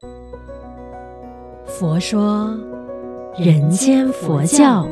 佛说人间佛教。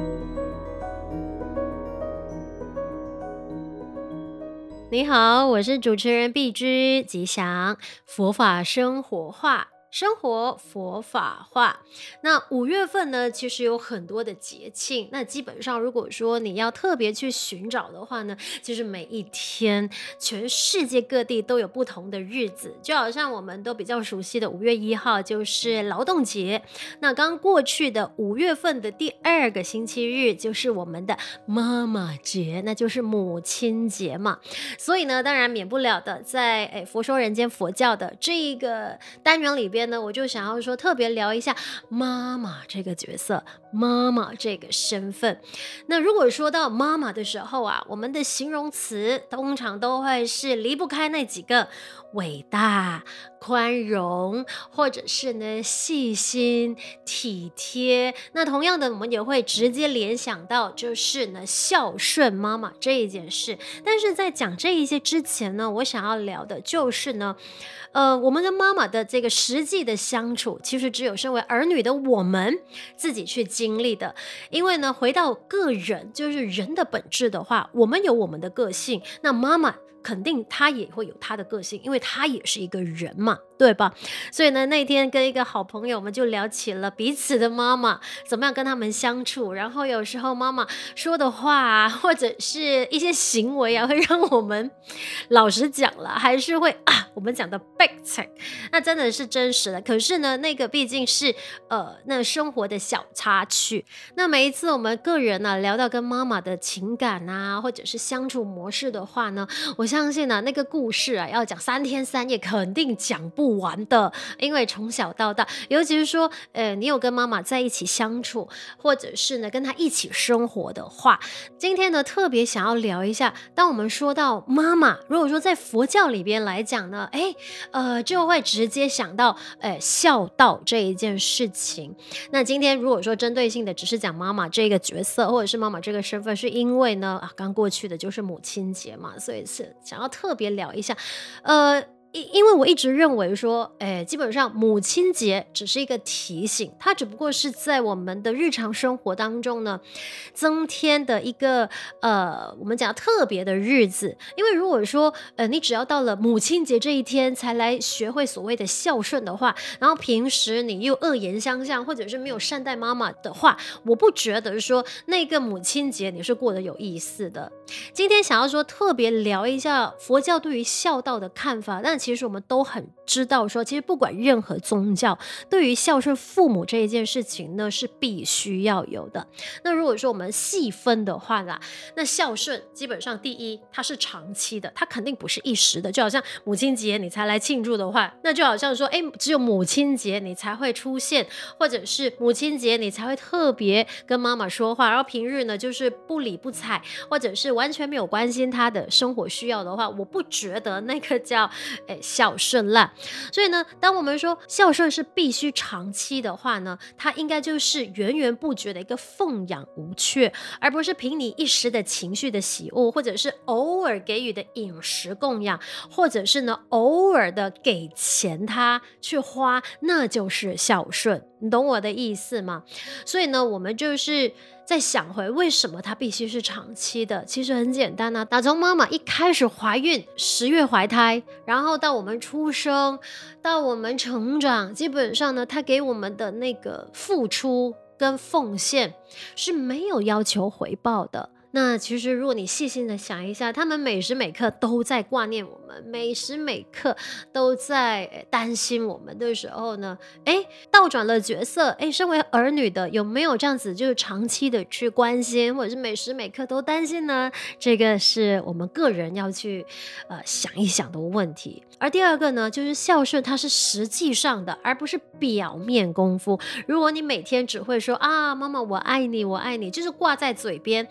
你好，我是主持人碧居，吉祥佛法生活化，生活佛法化。那5月份呢，其实有很多的节庆，那基本上如果说你要特别去寻找的话呢，其实每一天全世界各地都有不同的日子，就好像我们都比较熟悉的5月1号就是劳动节，那刚过去的5月份的第2个星期日就是我们的妈妈节，那就是母亲节嘛。所以呢，当然免不了的，在佛说人间佛教的这一个单元里边呢，我就想要说特别聊一下妈妈这个角色，妈妈这个身份。那如果说到妈妈的时候啊，我们的形容词通常都会是离不开那几个伟大、宽容，或者是呢细心、体贴。那同样的，我们也会直接联想到就是呢孝顺妈妈这一件事。但是在讲这一些之前呢，我想要聊的就是呢，我们跟妈妈的这个实际的相处，其实只有身为儿女的我们自己去经历的。因为呢，回到个人，就是人的本质的话，我们有我们的个性，那妈妈肯定她也会有她的个性，因为她也是一个人嘛，对吧？所以呢，那天跟一个好朋友，我们就聊起了彼此的妈妈，怎么样跟他们相处。然后有时候妈妈说的话啊，或者是一些行为啊，会让我们老实讲了，还是会我们讲的背刺，那真的是真实的。可是呢，那个毕竟是那生活的小插曲。那每一次我们个人呢聊到跟妈妈的情感啊，或者是相处模式的话呢，我相信那个故事啊，要讲3天3夜肯定讲不完的。因为从小到大，尤其是说你有跟妈妈在一起相处，或者是呢跟她一起生活的话，今天呢特别想要聊一下，当我们说到妈妈，如果说在佛教里边来讲呢，就会直接想到孝道这一件事情。那今天如果说针对性的只是讲妈妈这个角色，或者是妈妈这个身份，是因为呢刚过去的就是母亲节嘛，所以是想要特别聊一下。因为我一直认为说基本上母亲节只是一个提醒，它只不过是在我们的日常生活当中呢增添的一个我们讲特别的日子。因为如果说你只要到了母亲节这一天才来学会所谓的孝顺的话，然后平时你又恶言相向，或者是没有善待妈妈的话，我不觉得说那个母亲节你是过得有意思的。今天想要说特别聊一下佛教对于孝道的看法，但其实我们都很知道说，其实不管任何宗教，对于孝顺父母这一件事情呢是必须要有的。那如果说我们细分的话啦，那孝顺基本上第一它是长期的，它肯定不是一时的。就好像母亲节你才来庆祝的话，那就好像说只有母亲节你才会出现，或者是母亲节你才会特别跟妈妈说话，然后平日呢就是不理不睬，或者是完全没有关心她的生活需要的话，我不觉得那个叫孝顺啦。所以呢，当我们说孝顺是必须长期的话呢，它应该就是源源不绝的一个奉养无缺，而不是凭你一时的情绪的喜恶，或者是偶尔给予的饮食供养，或者是呢偶尔的给钱他去花，那就是孝顺。你懂我的意思吗？所以呢，我们就是再想回为什么它必须是长期的。其实很简单啊，打从妈妈一开始怀孕10月怀胎，然后到我们出生，到我们成长，基本上呢她给我们的那个付出跟奉献是没有要求回报的。那其实如果你细心的想一下，他们每时每刻都在挂念我们，每时每刻都在担心我们的时候呢，倒转了角色，身为儿女的有没有这样子就是长期的去关心，或者是每时每刻都担心呢？这个是我们个人要去想一想的问题。而第二个呢，就是孝顺它是实际上的，而不是表面功夫。如果你每天只会说啊妈妈我爱你我爱你，就是挂在嘴边，可是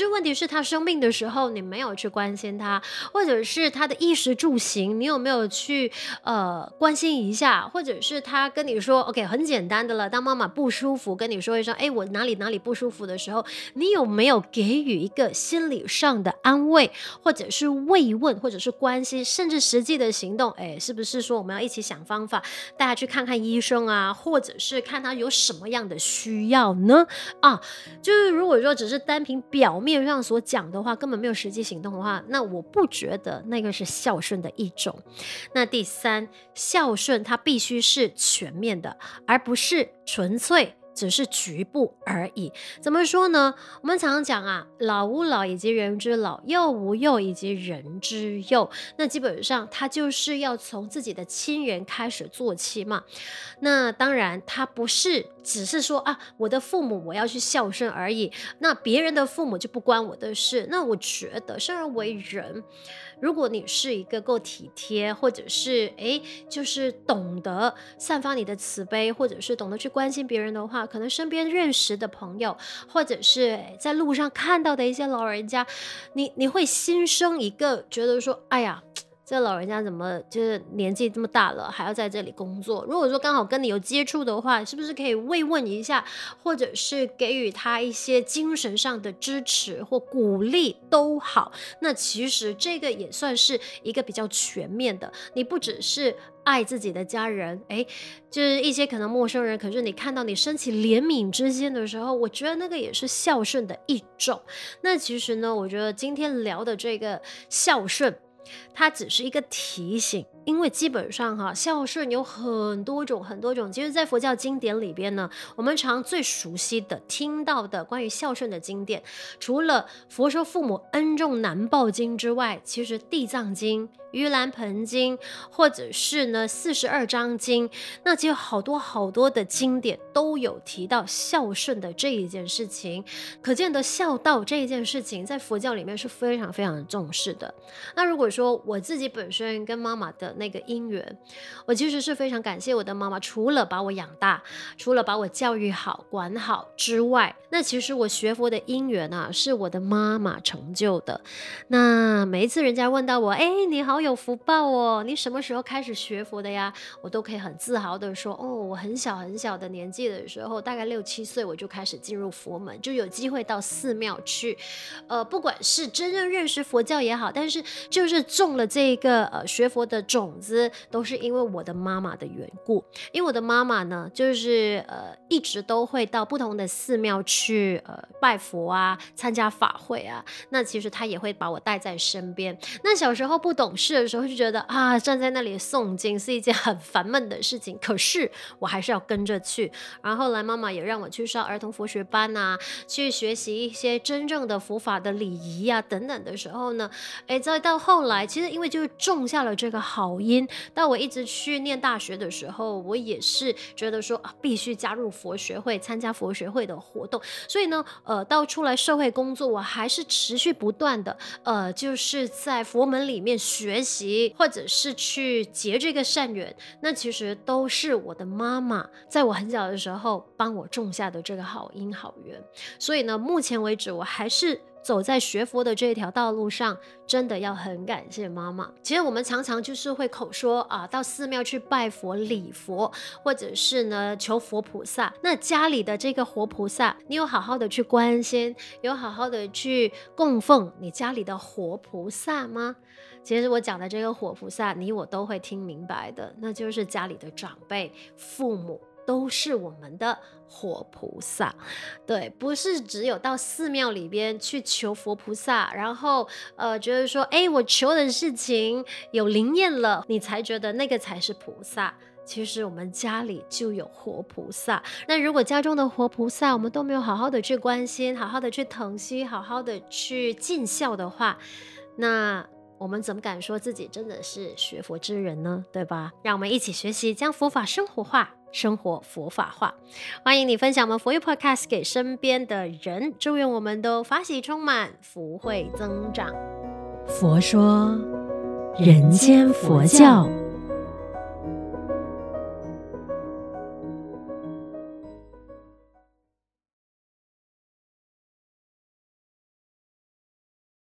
问题是他生病的时候你没有去关心他，或者是他的衣食住行你有没有去关心一下，或者是他跟你说 OK 很简单的了，当妈妈不舒服跟你说一声我哪里哪里不舒服的时候，你有没有给予一个心理上的安慰，或者是慰问，或者是关心，甚至实际的行动，是不是说我们要一起想方法带他去看看医生啊，或者是看他有什么样的需要呢？就是如果说只是单凭表面上所讲的话，根本没有实际行动的话，那我不觉得那个是孝顺的一种。那第三，孝顺它必须是全面的，而不是纯粹只是局部而已。怎么说呢？我们常常讲老吾老以及人之老，幼吾幼以及人之幼。那基本上他就是要从自己的亲人开始做起嘛。那当然他不是只是说我的父母我要去孝顺而已，那别人的父母就不关我的事。那我觉得生而为人，如果你是一个够体贴，或者是就是懂得散发你的慈悲，或者是懂得去关心别人的话，可能身边认识的朋友，或者是在路上看到的一些老人家，你会心生一个觉得说这老人家怎么就是年纪这么大了还要在这里工作。如果说刚好跟你有接触的话，是不是可以慰问一下，或者是给予他一些精神上的支持或鼓励都好。那其实这个也算是一个比较全面的，你不只是爱自己的家人，就是一些可能陌生人，可是你看到你升起怜悯之心的时候，我觉得那个也是孝顺的一种。那其实呢，我觉得今天聊的这个孝顺，它只是一个提醒，因为基本上孝顺有很多种很多种。其实在佛教经典里边呢，我们常最熟悉的听到的关于孝顺的经典，除了佛说父母恩重难报经之外，其实地藏经、盂兰盆经，或者是呢42章经，那其实好多好多的经典都有提到孝顺的这一件事情。可见的孝道这一件事情在佛教里面是非常非常重视的。那如果说我自己本身跟妈妈的那个因缘，我其实是非常感谢我的妈妈，除了把我养大，除了把我教育好管好之外，那其实我学佛的因缘是我的妈妈成就的。那每一次人家问到我你好有福报哦，你什么时候开始学佛的呀？我都可以很自豪的说我很小很小的年纪的时候，大概6、7岁我就开始进入佛门，就有机会到寺庙去不管是真正认识佛教也好，但是就是种了这个学佛的种子，都是因为我的妈妈的缘故。因为我的妈妈呢，就是一直都会到不同的寺庙去拜佛参加法会那其实她也会把我带在身边。那小时候不懂事的时候就觉得站在那里诵经是一件很烦闷的事情，可是我还是要跟着去。然后后来妈妈也让我去上儿童佛学班去学习一些真正的佛法的礼仪等等的时候呢，再到后来其实因为就是种下了这个好因，到我一直去念大学的时候，我也是觉得说必须加入佛学会，参加佛学会的活动。所以呢到出来社会工作，我还是持续不断的就是在佛门里面学习，或者是去结这个善缘。那其实都是我的妈妈在我很小的时候帮我种下的这个好因好缘。所以呢目前为止我还是走在学佛的这条道路上，真的要很感谢妈妈。其实我们常常就是会口说到寺庙去拜佛礼佛，或者是呢求佛菩萨。那家里的这个活菩萨，你有好好的去关心，有好好的去供奉你家里的活菩萨吗？其实我讲的这个活菩萨，你我都会听明白的，那就是家里的长辈、父母都是我们的活菩萨。对，不是只有到寺庙里边去求佛菩萨，然后觉得说我求的事情有灵验了，你才觉得那个才是菩萨。其实我们家里就有活菩萨。那如果家中的活菩萨我们都没有好好的去关心，好好的去疼惜，好好的去尽孝的话，那我们怎么敢说自己真的是学佛之人呢？对吧？让我们一起学习，将佛法生活化，生活佛法化。欢迎你分享我们佛语 Podcast 给身边的人，祝愿我们都法喜充满，福慧增长。 佛说人间佛教。